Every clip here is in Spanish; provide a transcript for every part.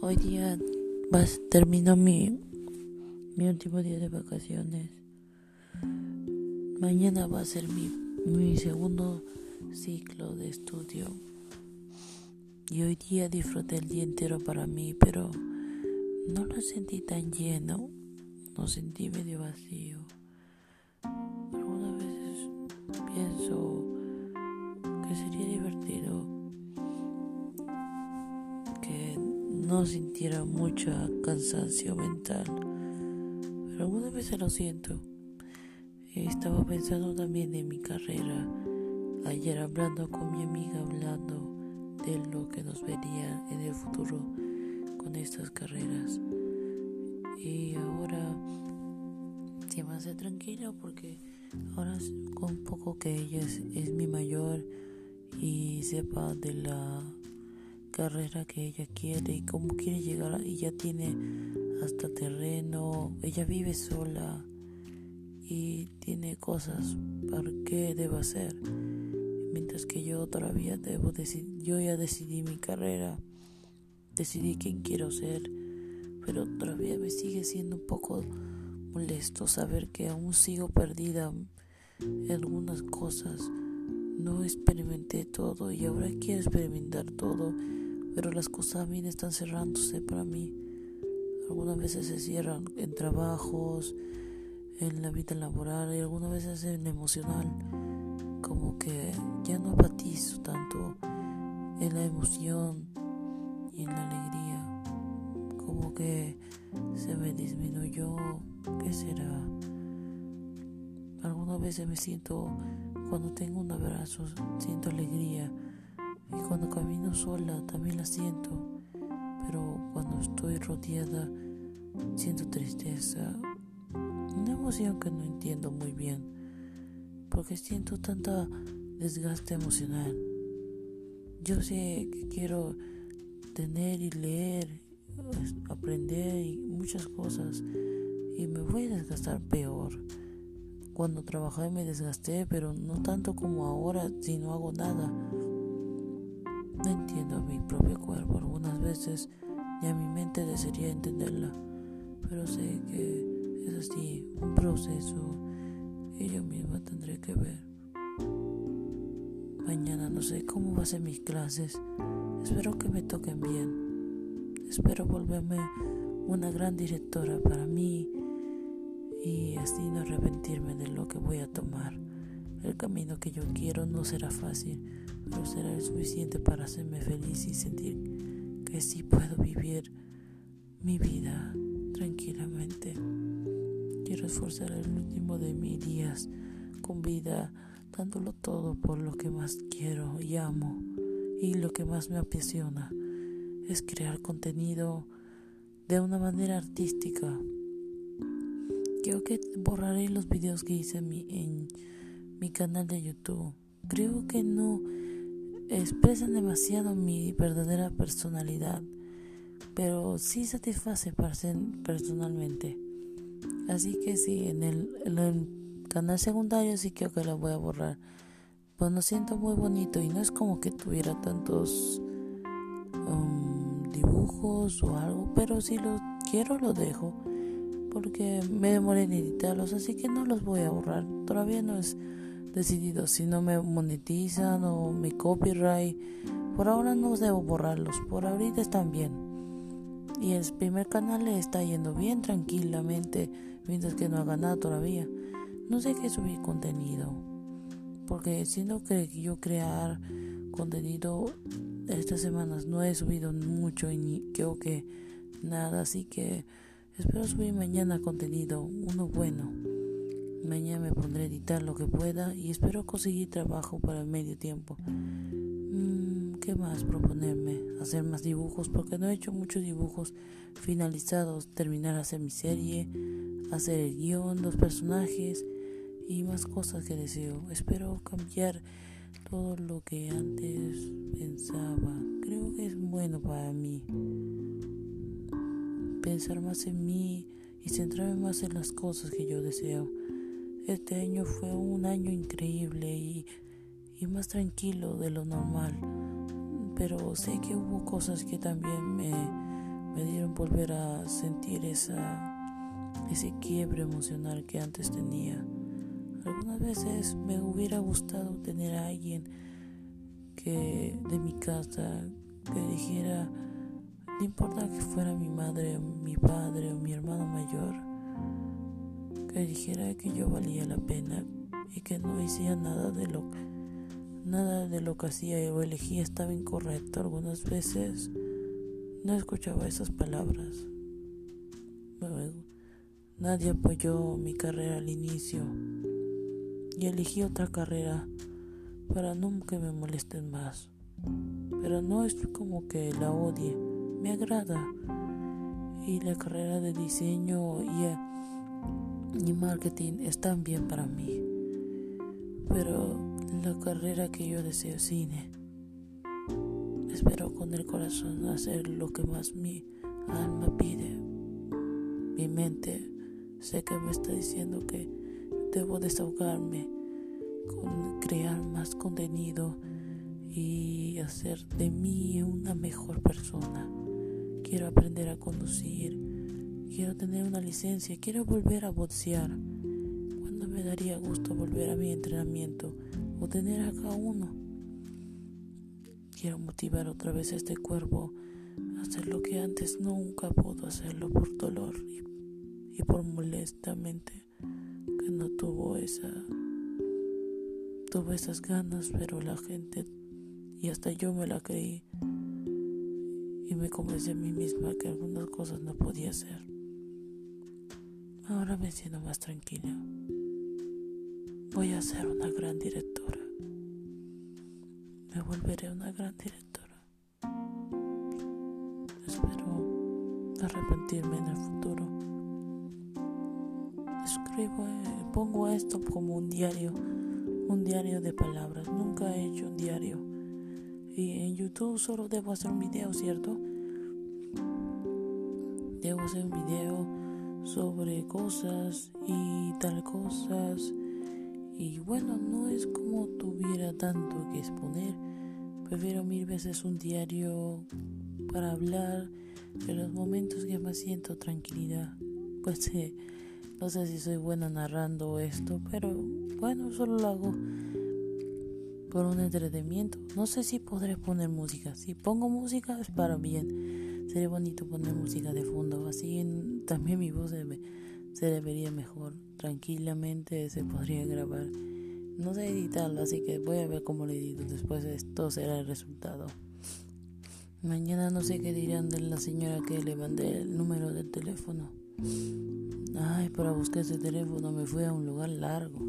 Hoy día termino mi último día de vacaciones. Mañana va a ser mi segundo ciclo de estudio. Y hoy día disfruté el día entero para mí, pero no lo sentí tan lleno. Lo sentí medio vacío. Algunas veces pienso que sería divertido que no sintiera mucha cansancio mental, pero algunas veces lo siento. Estaba pensando también en mi carrera. Ayer hablando con mi amiga, hablando de lo que nos vería en el futuro con estas carreras. Y ahora se me hace tranquilo porque ahora con un poco que ella es mi mayor y sepa de la carrera que ella quiere y cómo quiere llegar, y ya tiene hasta terreno, ella vive sola y tiene cosas para qué debo hacer, mientras que yo todavía debo decidir. Yo ya decidí mi carrera, decidí quién quiero ser, pero todavía me sigue siendo un poco molesto saber que aún sigo perdida en algunas cosas. No experimenté todo y ahora quiero experimentar todo, pero las cosas también están cerrándose para mí. Algunas veces se cierran en trabajos, en la vida laboral, y algunas veces en emocional. Como que ya no empatizo tanto en la emoción y en la alegría. Como que se me disminuyó. ¿Qué será? Algunas veces me siento, cuando tengo un abrazo, siento alegría. Y cuando camino sola también la siento. Pero cuando estoy rodeada, siento tristeza. Una emoción que no entiendo muy bien, porque siento tanta desgaste emocional. Yo sé que quiero tener y leer, aprender y muchas cosas, y me voy a desgastar peor. Cuando trabajé me desgasté, pero no tanto como ahora si no hago nada. No entiendo a mi propio cuerpo algunas veces, ni a mi mente desearía entenderla, pero sé que es así, un proceso que yo misma tendré que ver. Mañana no sé cómo va a ser mis clases, espero que me toquen bien, espero volverme una gran directora para mí y así no arrepentirme de lo que voy a tomar. El camino que yo quiero no será fácil, pero será el suficiente para hacerme feliz y sentir que sí puedo vivir mi vida tranquilamente. Quiero esforzar el último de mis días con vida, dándolo todo por lo que más quiero y amo, y lo que más me apasiona es crear contenido de una manera artística. Creo que borraré los videos que hice en mi canal de YouTube. Creo que no expresan demasiado mi verdadera personalidad, pero sí satisface personalmente. Así que sí, en el canal secundario sí creo que lo voy a borrar. Pues lo siento muy bonito y no es como que tuviera tantos dibujos o algo, pero si los quiero lo dejo, porque me demoré en editarlos, así que no los voy a borrar. Todavía no es decidido si no me monetizan o mi copyright. Por ahora no debo borrarlos, por ahorita están bien. Y el primer canal le está yendo bien tranquilamente, mientras que no haga nada todavía. No sé qué subir contenido, porque siendo que yo crear contenido estas semanas no he subido mucho y ni creo que nada, así que espero subir mañana contenido, uno bueno. Mañana me pondré a editar lo que pueda y espero conseguir trabajo para el medio tiempo. ¿Qué más proponerme? Hacer más dibujos, porque no he hecho muchos dibujos finalizados. Terminar de hacer mi serie, hacer el guión, los personajes y más cosas que deseo. Espero cambiar todo lo que antes pensaba. Creo que es bueno para mí pensar más en mí y centrarme más en las cosas que yo deseo. Este año fue un año increíble y más tranquilo de lo normal, pero sé que hubo cosas que también me me dieron volver a sentir ese quiebre emocional que antes tenía. Algunas veces me hubiera gustado tener a alguien que de mi casa que dijera, no importa que fuera mi madre, mi padre o mi hermano mayor, que dijera que yo valía la pena y que no hacía nada de lo que hacía o elegía estaba incorrecto. Algunas veces no escuchaba esas palabras. Nadie apoyó mi carrera al inicio y elegí otra carrera para no que me molesten más. Pero no es como que la odie, me agrada. Y la carrera de diseño y marketing están bien para mí. Pero la carrera que yo deseo, cine, espero con el corazón hacer lo que más mi alma pide. Mi mente sé que me está diciendo que debo desahogarme, crear más contenido y hacer de mí una mejor persona. Quiero aprender a conducir, quiero tener una licencia, quiero volver a boxear. ¿Cuándo me daría gusto volver a mi entrenamiento o tener acá uno? Quiero motivar otra vez a este cuerpo a hacer lo que antes nunca pudo hacerlo por dolor y por molestamente que no tuvo esas ganas, pero la gente y hasta yo me la creí y me convencí a mí misma que algunas cosas no podía hacer. Ahora me siento más tranquila. Voy a ser una gran directora. Me volveré una gran directora. Espero no arrepentirme en el futuro. Pongo esto como un diario de palabras. Nunca he hecho un diario. Y en YouTube solo debo hacer un video, ¿cierto? Debo hacer un video sobre cosas y tal cosas. Y bueno, no es como tuviera tanto que exponer. Prefiero 1000 veces un diario para hablar de los momentos que me siento tranquilidad. Pues no sé si soy buena narrando esto, pero bueno, solo lo hago por un entretenimiento. No sé si podré poner música. Si pongo música es para bien. Sería bonito poner música de fondo. Así también mi voz se le vería mejor. Tranquilamente se podría grabar. No sé editarlo, así que voy a ver cómo lo edito. Después esto será el resultado. Mañana no sé qué dirán de la señora que le mandé el número del teléfono. Ay, para buscar ese teléfono me fui a un lugar largo.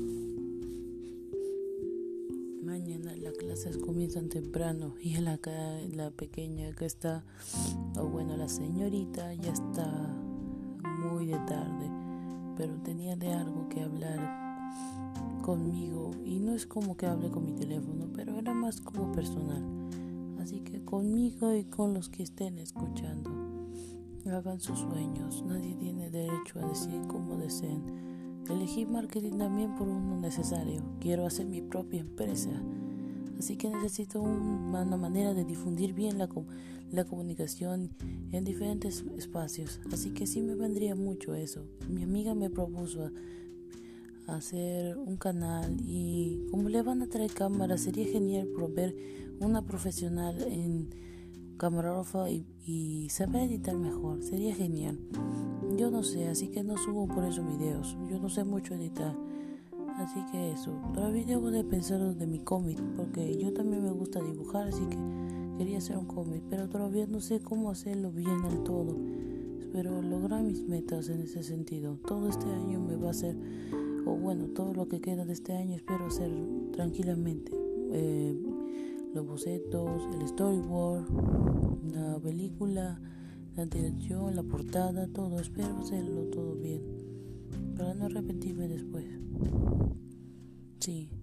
Mañana las clases comienzan temprano y la pequeña que está, la señorita ya está muy de tarde, pero tenía de algo que hablar conmigo y no es como que hable con mi teléfono, pero era más como personal. Así que conmigo y con los que estén escuchando, hagan sus sueños. Nadie tiene derecho a decir como deseen. Elegí marketing también por uno necesario. Quiero hacer mi propia empresa. Así que necesito una manera de difundir bien la comunicación en diferentes espacios. Así que sí me vendría mucho eso. Mi amiga me propuso hacer un canal y como le van a traer cámara, sería genial proveer una profesional en camarógrafo y saber editar mejor. Sería genial. Yo no sé, así que no subo por esos videos. Yo no sé mucho editar. Así que eso. Todavía debo de pensar de mi cómic, porque yo también me gusta dibujar, así que quería hacer un cómic, pero todavía no sé cómo hacerlo bien del todo. Espero lograr mis metas en ese sentido. Todo este año me va a hacer, todo lo que queda de este año espero hacer tranquilamente. Los bocetos, el storyboard, la película, la dirección, la portada, todo. Espero hacerlo todo bien para no arrepentirme después. Sí,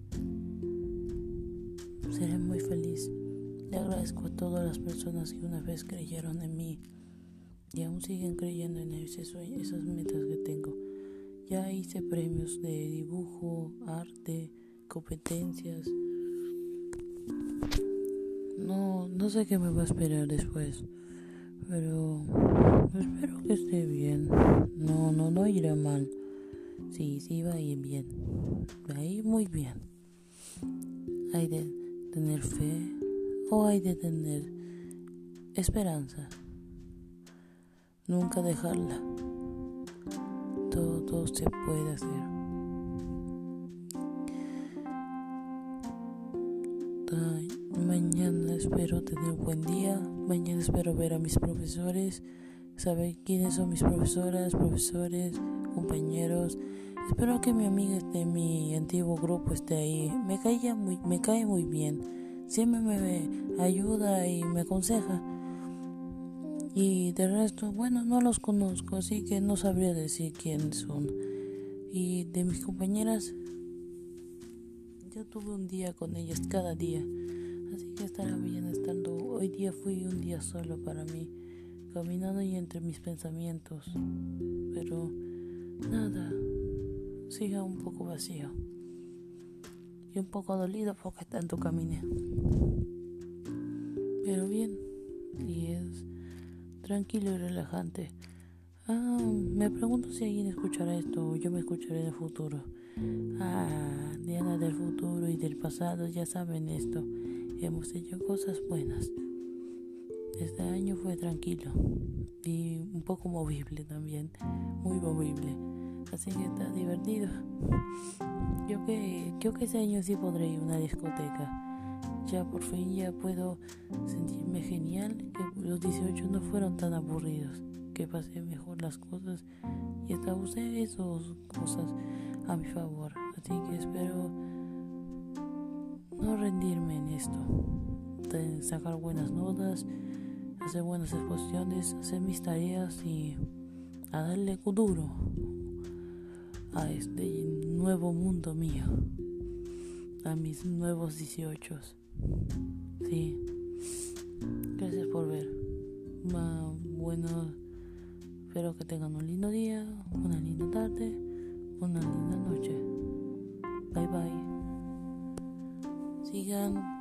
seré muy feliz. Le agradezco a todas las personas que una vez creyeron en mí y aún siguen creyendo en esas metas que tengo. Ya hice premios de dibujo, arte, competencias. No sé qué me va a esperar después, pero espero que esté bien. No irá mal. Sí, va a ir bien. Va a ir muy bien. Hay de tener fe o hay de tener esperanza. Nunca dejarla. Todo se puede hacer. Mañana espero tener un buen día. Mañana espero ver a mis profesores, saber quiénes son mis profesoras, profesores, compañeros. Espero que mi amiga de mi antiguo grupo esté ahí. Me cae muy bien. Siempre me ayuda y me aconseja. Y de resto, bueno, no los conozco, así que no sabría decir quiénes son. Y de mis compañeras, yo tuve un día con ellas cada día. Así que estará bien estando. Hoy día fui un día solo para mí, caminando y entre mis pensamientos. Pero nada, sigue un poco vacío. Y un poco dolido porque tanto caminé. Pero bien, y es tranquilo y relajante. Me pregunto si alguien escuchará esto o yo me escucharé en el futuro. Diana del futuro y del pasado ya saben esto. Hemos hecho cosas buenas. Este año fue tranquilo y un poco movible también, muy movible. Así que está divertido. Creo que ese año sí podré ir a una discoteca. Ya por fin ya puedo sentirme genial, que los 18 no fueron tan aburridos, que pasé mejor las cosas y hasta usé esas cosas a mi favor. Así que espero no rendirme en esto, de sacar buenas notas, hacer buenas exposiciones, hacer mis tareas y a darle duro a este nuevo mundo mío, a mis nuevos 18. Sí, gracias por ver. Bueno, espero que tengan un lindo día, una linda tarde, una linda noche. Bye bye. Sigan